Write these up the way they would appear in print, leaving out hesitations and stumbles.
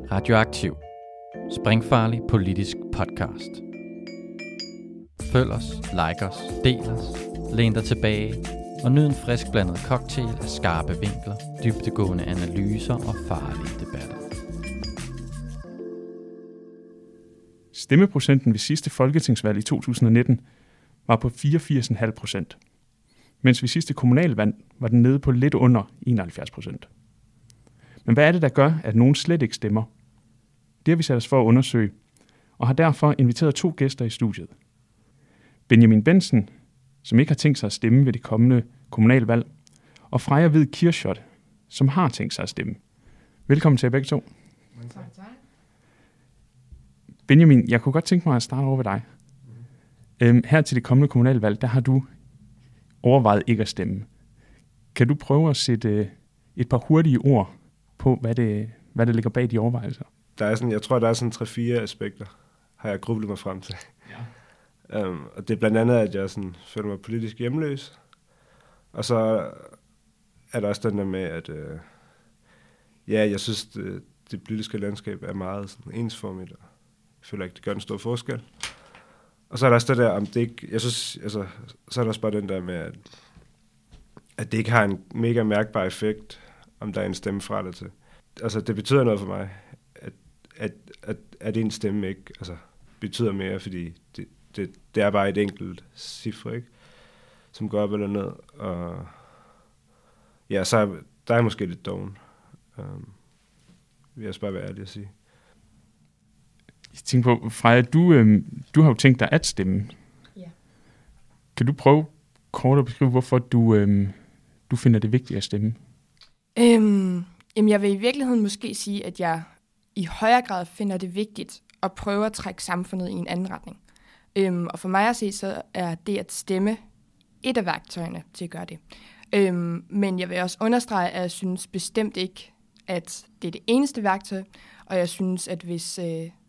Radioaktiv. Springfarlig politisk podcast. Følg os, like os, del os, læn dig tilbage og nyd en frisk blandet cocktail af skarpe vinkler, dybdegående analyser og farlige debatter. Stemmeprocenten ved sidste folketingsvalg i 2019 var på 84,5%, mens ved sidste kommunalvalg var den nede på lidt under 71%. Men hvad er det, der gør, at nogen slet ikke stemmer? Det har vi sat os for at undersøge, og har derfor inviteret 2 gæster i studiet. Benjamin Bentzen, som ikke har tænkt sig at stemme ved det kommende kommunalvalg, og Freja Hvid Kirschot, som har tænkt sig at stemme. Velkommen til jer begge to. Tak. Benjamin, jeg kunne godt tænke mig at starte over ved dig. Her til det kommende kommunalvalg, der har du overvejet ikke at stemme. Kan du prøve at sætte et par hurtige ord på, hvad det ligger bag de overvejelser? Jeg tror, der er sådan 3-4 aspekter, har jeg grublet mig frem til. Ja. Og det er blandt andet, at jeg føler mig politisk hjemløs. Og så er der også den der med, at jeg synes, det politiske landskab er meget sådan ensformigt. Jeg føler ikke, det gør en stor forskel. Og så er der også det der, om det ikke, jeg synes, så er der også bare den der med, at det ikke har en mega mærkbar effekt, om der er en stemme fra det til. Altså, det betyder noget for mig, at en stemme ikke betyder mere, fordi det er bare et enkelt cifre, ikke? Som går op eller ned. Og ja, så der er måske lidt doven. Vil jeg bare være ærlig at sige. Jeg tænker på, Freja, du har jo tænkt dig at stemme. Ja. Kan du prøve kort at beskrive, hvorfor du finder det vigtigt at stemme? Jamen, jeg vil i virkeligheden måske sige, at jeg i højere grad finder det vigtigt at prøve at trække samfundet i en anden retning. Og for mig at se, så er det at stemme et af værktøjerne til at gøre det. Men jeg vil også understrege, at jeg synes bestemt ikke, at det er det eneste værktøj, og jeg synes, at hvis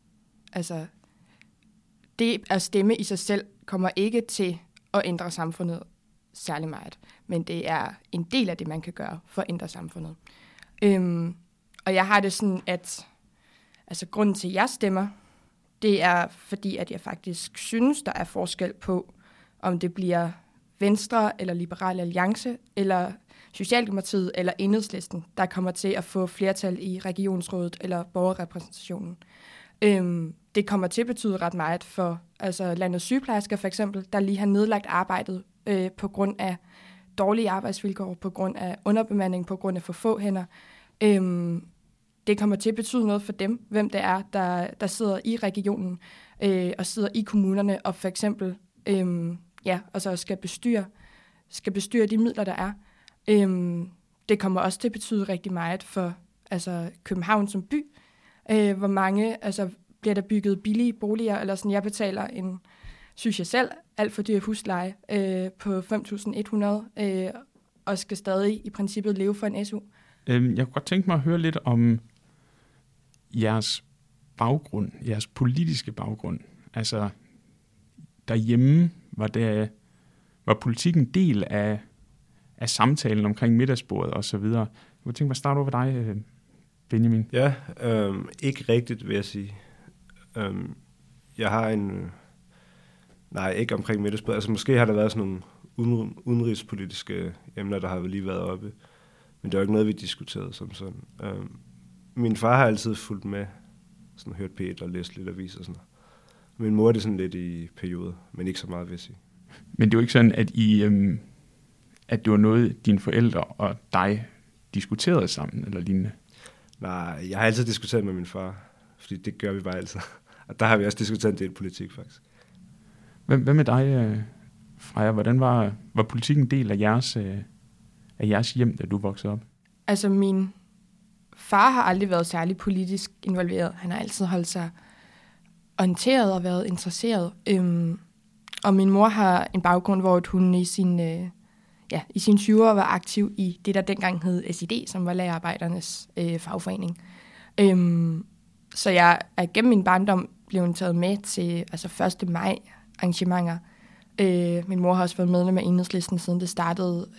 det at stemme i sig selv kommer ikke til at ændre samfundet særlig meget, men det er en del af det, man kan gøre for at ændre samfundet. Og jeg har det sådan, at grunden til, at jeg stemmer, det er fordi, at jeg faktisk synes, der er forskel på, om det bliver Venstre eller Liberal Alliance, eller Socialdemokratiet eller Enhedslisten, der kommer til at få flertal i regionsrådet eller borgerrepræsentationen. Det kommer til at betyde ret meget for landets sygeplejersker for eksempel, der lige har nedlagt arbejdet på grund af dårlige arbejdsvilkår, på grund af underbemanding, på grund af for få hænder. Det kommer til at betyde noget for dem, hvem det er, der sidder i regionen og sidder i kommunerne og for eksempel skal bestyre de midler, der er. Det kommer også til at betyde rigtig meget for København som by. Hvor mange bliver der bygget billige boliger, eller sådan, jeg betaler synes jeg selv, alt for dyr husleje på 5.100 og skal stadig i princippet leve for en SU. Jeg kunne godt tænke mig at høre lidt om jeres baggrund, jeres politiske baggrund. Altså, derhjemme var politikken en del af samtalen omkring middagsbordet og så videre. Jeg kunne tænke mig at starte over ved dig, Benjamin. Ja, ikke rigtigt, vil jeg sige. Jeg har ikke omkring middagsbordet. Måske har der været sådan nogle udenrigspolitiske emner, der har lige været oppe. Men det var ikke noget, vi diskuterede som sådan. Min far har altid fulgt med, sådan hørt P1 og læst lidt aviser og sådan noget. Min mor er det sådan lidt i perioder, men ikke så meget, vil jeg sige. Men det er jo ikke sådan, at det var noget, dine forældre og dig diskuterede sammen, eller lignende? Nej, jeg har altid diskuteret med min far, fordi det gør vi bare altid. Og der har vi også diskuteret en del politik, faktisk. Hvad med dig, Freja? Hvordan var politikken en del af jeres hjem, da du voksede op? Min far har aldrig været særlig politisk involveret. Han har altid holdt sig orienteret og været interesseret. Og min mor har en baggrund, hvor hun i sine 20'ere var aktiv i det, der dengang hed SID, som var lagerarbejdernes fagforening. Så jeg er gennem min barndom blevet taget med til 1. maj arrangementer. Min mor har også været medlem af Enhedslisten, siden det startede.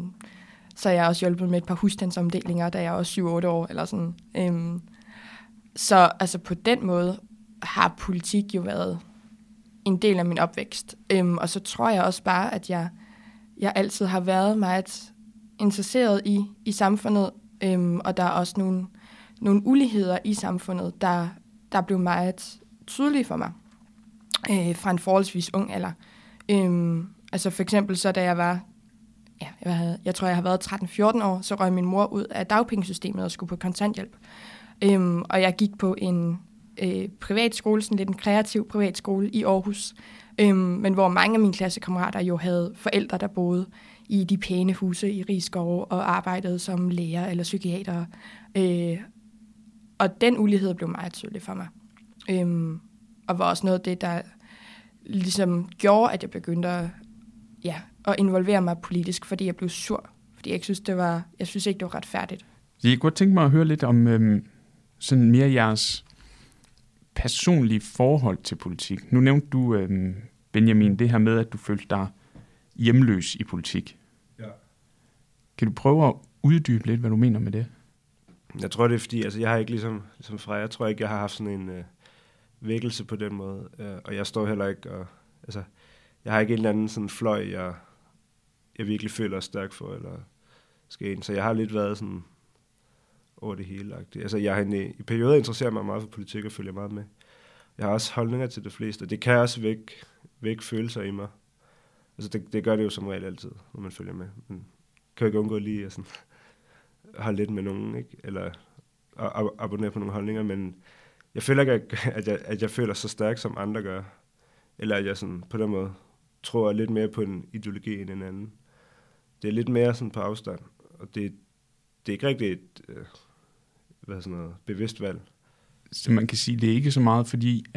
Så jeg har også hjulpet med et par husstandsomdelinger, da jeg var 7-8 år, eller sådan. Så altså på den måde har politik jo været en del af min opvækst. Og så tror jeg også bare, at jeg altid har været meget interesseret i samfundet, og der er også nogle uligheder i samfundet, der blev meget tydelige for mig fra en forholdsvis ung alder. Altså for eksempel så, da jeg var, jeg tror, jeg har været 13-14 år, så røg min mor ud af dagpengesystemet og skulle på kontanthjælp. Og jeg gik på en privatskole, sådan lidt en kreativ privatskole i Aarhus, men hvor mange af mine klassekammerater jo havde forældre, der boede i de pæne huse i Rigskov og arbejdede som læger eller psykiatere. Og den ulighed blev meget tydelig for mig. Og var også noget af det, der ligesom gjorde, at jeg begyndte at involvere mig politisk, fordi jeg blev sur. Fordi jeg synes ikke, det var retfærdigt. Jeg kunne godt tænke mig at høre lidt om sådan mere jeres personlige forhold til politik. Nu nævnte du, Benjamin, det her med, at du følte dig hjemløs i politik. Ja. Kan du prøve at uddybe lidt, hvad du mener med det? Jeg tror, det er fordi, altså jeg har ikke ligesom Freja, jeg tror ikke, jeg har haft sådan en vækkelse på den måde. Og jeg står heller ikke og, altså, jeg har ikke en eller anden sådan fløj, jeg virkelig føler stærk for, eller skal ind. Så jeg har lidt været sådan over det hele. Altså jeg har i perioder interesseret mig meget for politik og følger meget med. Jeg har også holdninger til det fleste, og det kan også vække følelser i mig. Altså det gør det jo som regel altid, når man følger med. Man kan jo ikke undgå lige at sådan holde lidt med nogen, ikke? Eller abonnere på nogle holdninger, men jeg føler ikke, at jeg føler så stærkt, som andre gør. Eller at jeg sådan på den måde tror lidt mere på en ideologi end en anden. Det er lidt mere sådan på afstand, og det er ikke rigtig et bevidst valg. Så man kan sige, det er ikke så meget fordi,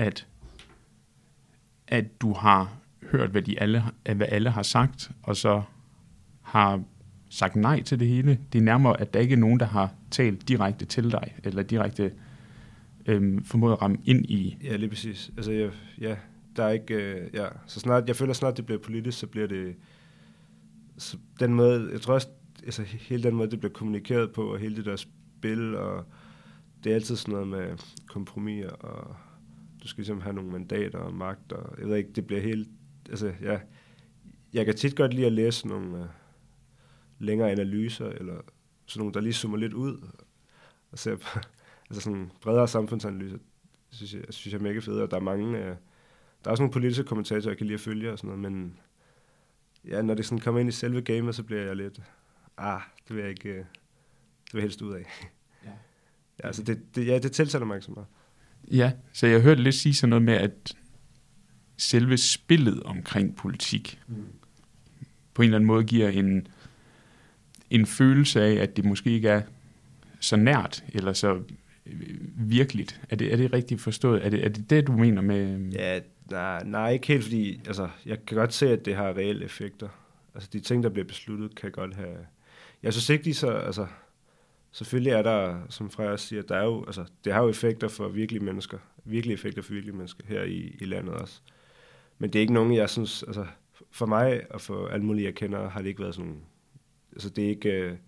at du har hørt, hvad alle har sagt, og så har sagt nej til det hele. Det er nærmere, at der ikke er nogen, der har talt direkte til dig, eller direkte formået at ramme ind i. Ja, lige præcis. Altså, der er ikke, så jeg føler snart, det bliver politisk, så bliver det, så den måde, jeg tror også, altså hele den måde, det bliver kommunikeret på, og hele det der spil, og det er altid sådan noget med kompromiser, og du skal ligesom have nogle mandater og magt, og jeg ved ikke, det bliver helt, altså jeg kan tit godt lide at læse nogle længere analyser, eller sådan nogle, der lige zoomer lidt ud, og ser på, altså sådan bredere samfundsanalyser, synes jeg er mega fede, og der er mange, der er også nogle politiske kommentatorer, jeg kan lide at følge og sådan noget, men ja, når det sådan kommer ind i selve gamet, så bliver jeg lidt, det vil jeg ikke, det vil jeg helst ud af. Ja, altså det tiltaler mig ikke så meget. Ja, så jeg hørte lidt sige sådan noget med, at selve spillet omkring politik på en eller anden måde giver en følelse af, at det måske ikke er så nært, eller så virkeligt. Er det rigtigt forstået? Er det, du mener med? Ja, nej, ikke helt, fordi altså, jeg kan godt se, at det har reelle effekter. Altså, de ting, der bliver besluttet, kan godt have. Jeg synes ikke, de så, altså, selvfølgelig er der, som Freja siger, der er jo, altså, det har jo effekter for virkelige mennesker. Virkelige effekter for virkelige mennesker her i landet også. Men det er ikke nogen, jeg synes, altså, for mig og for alle mulige, jeg kender, har det ikke været sådan, altså, det er ikke,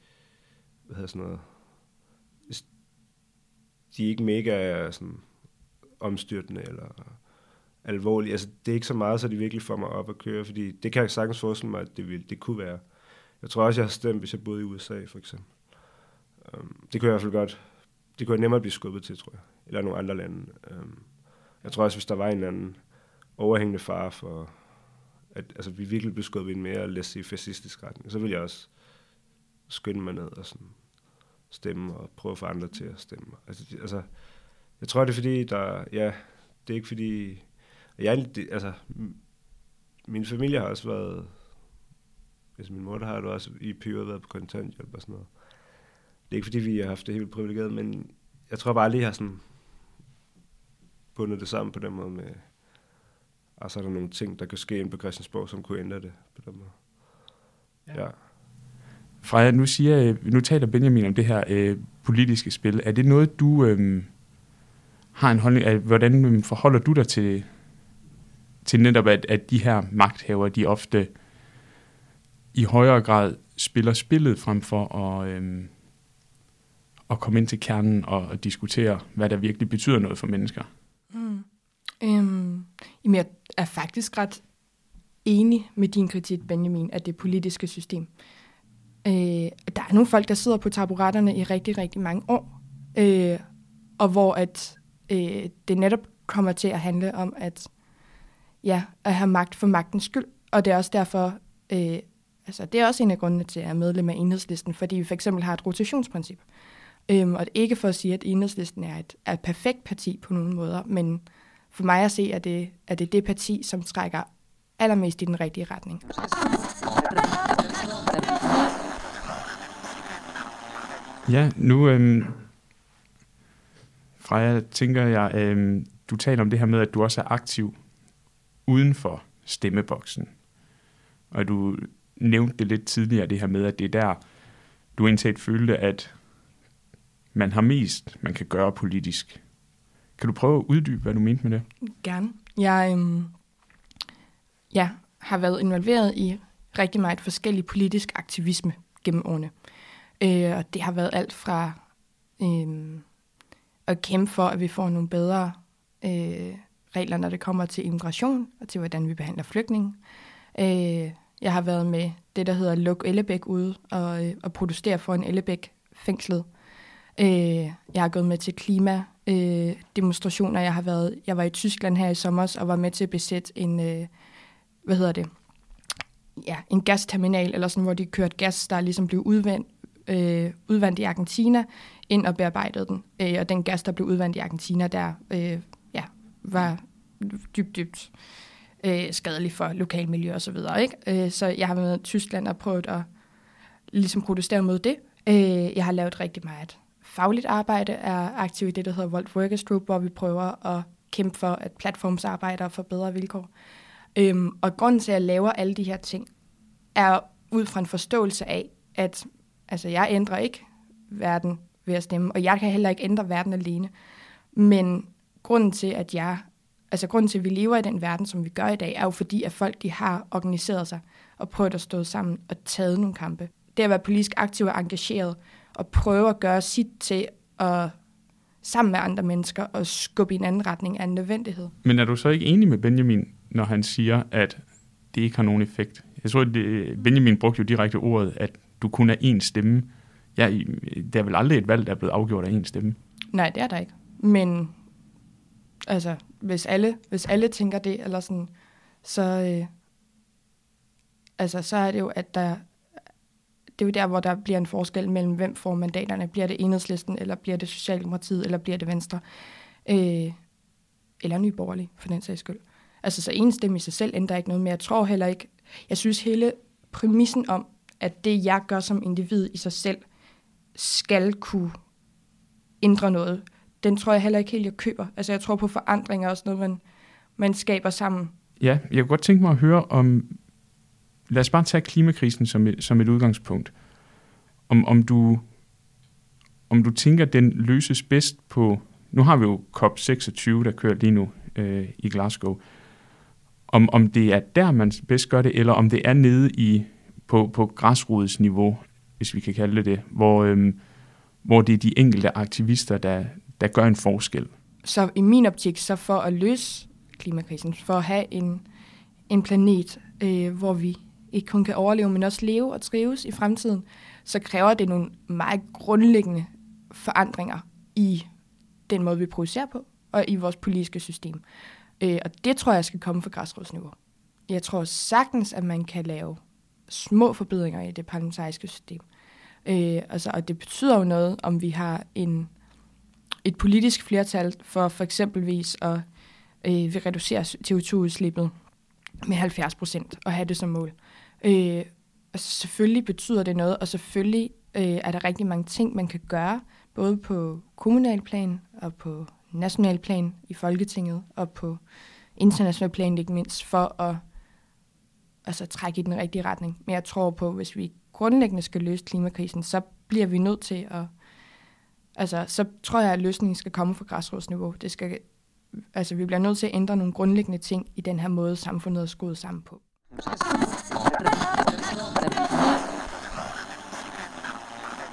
de er ikke mega sådan omstyrtende eller alvorlige. Altså, det er ikke så meget, så de virkelig får mig op at køre, fordi det kan jeg sagtens forestille mig, at det kunne være. Jeg tror også, jeg har stemt, hvis jeg boede i USA, for eksempel. Det kunne jeg i hvert fald godt, det kunne jeg nemmere blive skubbet til, tror jeg. Eller nogle andre lande. Jeg tror også, hvis der var en eller anden overhængende fare for, at altså, vi virkelig blev skubbet i en mere, lad os sige, fascistisk retning, så ville jeg også skynde mig ned og sådan stemme og prøve at få andre til at stemme. Altså, jeg tror, det er fordi, det er ikke fordi, min familie har også været, altså min mor der har også i perioder været på kontanthjælp og sådan noget. Det er ikke fordi, vi har haft det helt privilegeret, men jeg tror bare lige har sådan bundet det sammen på den måde med, og så er der nogle ting, der kan ske ind på Christiansborg, som kunne ændre det på den måde. Ja. Freja, nu taler Benjamin om det her politiske spil. Er det noget, du har en holdning af? Hvordan forholder du dig til netop, at de her magthavere, de ofte i højere grad spiller spillet frem for at komme ind til kernen og diskutere, hvad der virkelig betyder noget for mennesker? Jamen, jeg er faktisk ret enig med din kritik, Benjamin, af det politiske system. Der er nogle folk, der sidder på taburetterne i rigtig, rigtig mange år, og hvor det netop kommer til at handle om at have magt for magtens skyld. Og det er også derfor, det er også en af grundene til at jeg er medlem af Enhedslisten, fordi vi for eksempel har et rotationsprincip. Og det er ikke for at sige, at Enhedslisten er et perfekt parti på nogle måder, men for mig at se, at det parti, som trækker allermest i den rigtige retning. Ja, nu Freja, tænker jeg, du taler om det her med, at du også er aktiv uden for stemmeboksen. Og du nævnte det lidt tidligere, det her med, at det er der, du indtil følte, at man har mest, man kan gøre politisk. Kan du prøve at uddybe, hvad du mente med det? Gerne. Jeg har været involveret i rigtig meget forskellig politisk aktivisme gennem årene. Og det har været alt fra at kæmpe for, at vi får nogle bedre regler, når det kommer til immigration og til, hvordan vi behandler flygtninge. Jeg har været med det, der hedder Luk Ellebæk ude og protestere for en Ellebæk-fængslet. Jeg har gået med til klimademonstrationer. Jeg var i Tyskland her i sommer og var med til at besætte en gasterminal, eller sådan, hvor de kørte gas, der ligesom blev udvandt i Argentina, ind og bearbejdede den. Og den gas, der blev udvandt i Argentina, der var dybt skadelig for lokalmiljø og så videre. Ikke? Så jeg har været i Tyskland og prøvet at ligesom protestere mod det. Jeg har lavet rigtig meget fagligt arbejde, er aktiv i det, der hedder Volt Workers Group, hvor vi prøver at kæmpe for, at platformsarbejdere får bedre vilkår. Og grunden til, at jeg laver alle de her ting, er ud fra en forståelse af, at jeg ændrer ikke verden ved at stemme, og jeg kan heller ikke ændre verden alene. Men grunden til, at vi lever i den verden, som vi gør i dag, er jo fordi, at folk de har organiseret sig og prøvet at stå sammen og taget nogle kampe. Det at være politisk aktiv og engageret og prøve at gøre sit til at sammen med andre mennesker og skubbe i en anden retning er en nødvendighed. Men er du så ikke enig med Benjamin, når han siger, at det ikke har nogen effekt? Jeg tror, at Benjamin brugte jo direkte ordet, at du kun er én stemme. Ja, der er vel aldrig et valg, der er blevet afgjort af én stemme? Nej, det er der ikke. Men hvis alle tænker det, eller sådan, så er det jo, at det er jo der, hvor der bliver en forskel mellem, hvem får mandaterne. Bliver det Enhedslisten, eller bliver det Socialdemokratiet, eller bliver det Venstre? Eller Nye Borgerlige, for den sags skyld. Så en stemme i sig selv ændrer ikke noget, men jeg tror heller ikke, jeg synes hele præmissen om, at det, jeg gør som individ i sig selv, skal kunne ændre noget, den tror jeg heller ikke helt, jeg køber. Jeg tror på forandring er også noget, man skaber sammen. Ja, jeg kunne godt tænke mig at høre om, lad os bare tage klimakrisen som et udgangspunkt. Om du tænker, den løses bedst på, nu har vi jo COP26, der kører lige nu i Glasgow. Om det er der, man bedst gør det, eller om det er nede på græsrodsniveau, hvis vi kan kalde det, hvor det er de enkelte aktivister, der gør en forskel. Så i min optik, så for at løse klimakrisen, for at have en planet, hvor vi ikke kun kan overleve, men også leve og trives i fremtiden, så kræver det nogle meget grundlæggende forandringer i den måde, vi producerer på, og i vores politiske system. Og det tror jeg skal komme fra græsrodsniveau. Jeg tror sagtens, at man kan lave små forbedringer i det parlamentariske system. Og det betyder jo noget, om vi har et politisk flertal for eksempelvis at vil reducere CO2-udslippet med 70% og have det som mål. Selvfølgelig betyder det noget, og selvfølgelig er der rigtig mange ting, man kan gøre, både på kommunal plan og på national plan i Folketinget og på international plan ikke mindst, for at trække i den rigtige retning. Men jeg tror på, hvis vi grundlæggende skal løse klimakrisen, så bliver vi nødt til så tror jeg, at løsningen skal komme fra græsrodsniveau. Vi bliver nødt til at ændre nogle grundlæggende ting i den her måde, samfundet er skruet sammen på.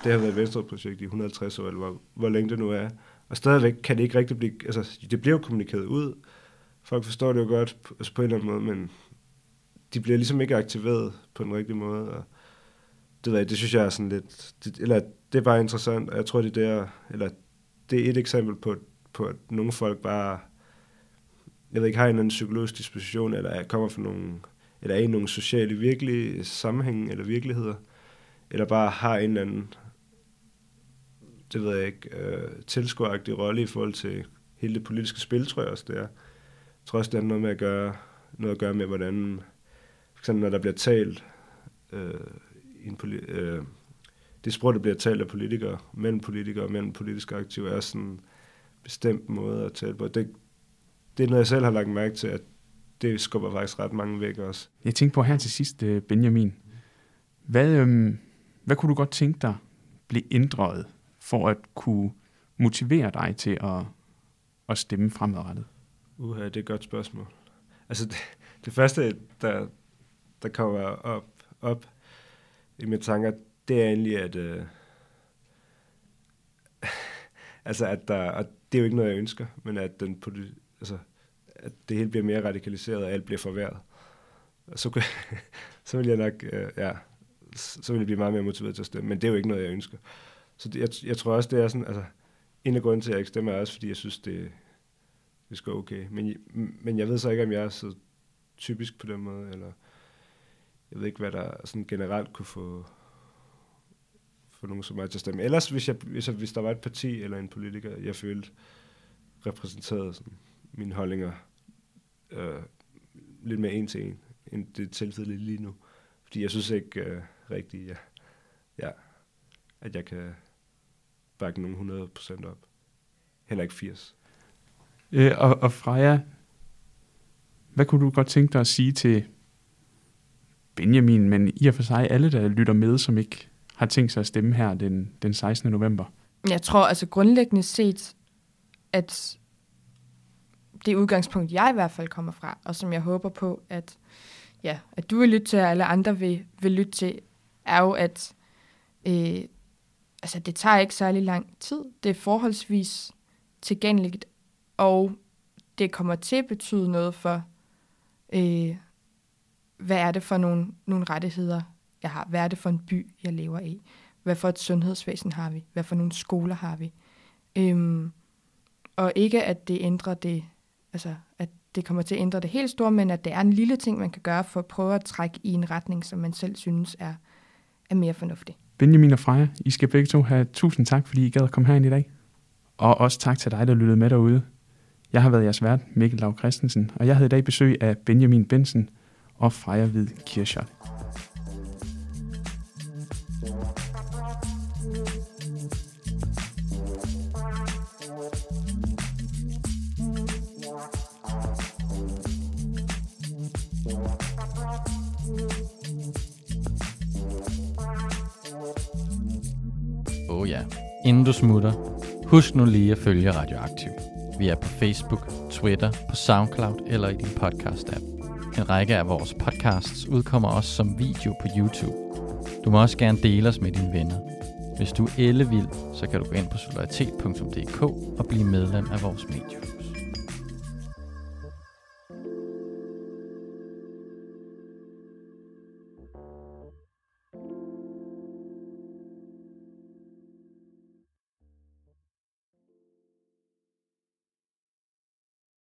det har været et venstreprojekt i 150 år, eller hvor længe det nu er. Og stadigvæk kan det ikke rigtig blive, altså det bliver jo kommunikeret ud. Folk forstår det jo godt altså på en eller anden måde, men de bliver ligesom ikke aktiveret på den rigtige måde. Og det synes jeg er sådan lidt, det er bare interessant, og jeg tror det er et eksempel på at nogle folk bare, jeg ved ikke, har en eller anden psykologisk disposition, eller kommer fra eller er i nogle sociale virkelige sammenhænge eller virkeligheder, eller bare har en eller anden, det ved jeg ikke, tilskueragtig rolle i forhold til hele det politiske spil, tror jeg også, det er. Jeg tror også, det er noget at gøre med, hvordan, for eksempel når der bliver talt, det sprog, der bliver talt af politikere, mellem politiske aktive, er sådan en bestemt måde at tale på. Det er noget, jeg selv har lagt mærke til, at det skubber faktisk ret mange væk også. Jeg tænkte på her til sidst, Benjamin. Hvad kunne du godt tænke dig blive ændret for at kunne motivere dig til at stemme fremadrettet? Det er et godt spørgsmål. Altså det første, der kommer op i mine tanker, det er egentlig, at og det er jo ikke noget, jeg ønsker, men at at det hele bliver mere radikaliseret, og alt bliver forværret. Og så vil jeg nok, så vil jeg blive meget mere motiveret til at stemme, men det er jo ikke noget, jeg ønsker. Så jeg tror også, det er sådan, altså, en af grunden til, at jeg ikke stemmer, er også, fordi jeg synes, det skal okay. Men jeg ved så ikke, om jeg er så typisk på den måde, eller jeg ved ikke, hvad der sådan generelt kunne få nogen som mig til at stemme. Ellers, hvis der var et parti eller en politiker, jeg følte repræsenterede sådan mine holdninger lidt mere en til en, end det tilfælde lige nu. Fordi jeg synes ikke rigtigt, at jeg kan bakke nogen 100% op. Heller ikke 80. Og Freja, hvad kunne du godt tænke dig at sige til Benjamin, men i og for sig alle, der lytter med, som ikke har tænkt sig at stemme her den 16. november? Jeg tror altså grundlæggende set, at det udgangspunkt, jeg i hvert fald kommer fra, og som jeg håber på, at du vil lytte til, og alle andre vil lytte til, er jo, at det tager ikke særlig lang tid. Det er forholdsvis tilgængeligt, og det kommer til at betyde noget for, hvad er det for nogle rettigheder, jeg har? Hvad er det for en by, jeg lever i? Hvad for et sundhedsvæsen har vi? Hvad for nogle skoler har vi? Og ikke, at det ændrer det, altså at det kommer til at ændre det helt store, men at det er en lille ting, man kan gøre for at prøve at trække i en retning, som man selv synes er mere fornuftig. Benjamin og Freja, I skal begge to have tusind tak, fordi I gad at komme herind i dag. Og også tak til dig, der lyttede med derude. Jeg har været jeres vært, Mikkel Lau Christensen, og jeg havde i dag besøg af Benjamin Benson og Freja Hvid Kirschert. Inden du smutter, husk nu lige at følge Radioaktiv. Vi er på Facebook, Twitter, på SoundCloud eller i din podcast-app. En række af vores podcasts udkommer også som video på YouTube. Du må også gerne dele os med dine venner. Hvis du er ellevild, så kan du gå ind på solidaritet.dk og blive medlem af vores medie.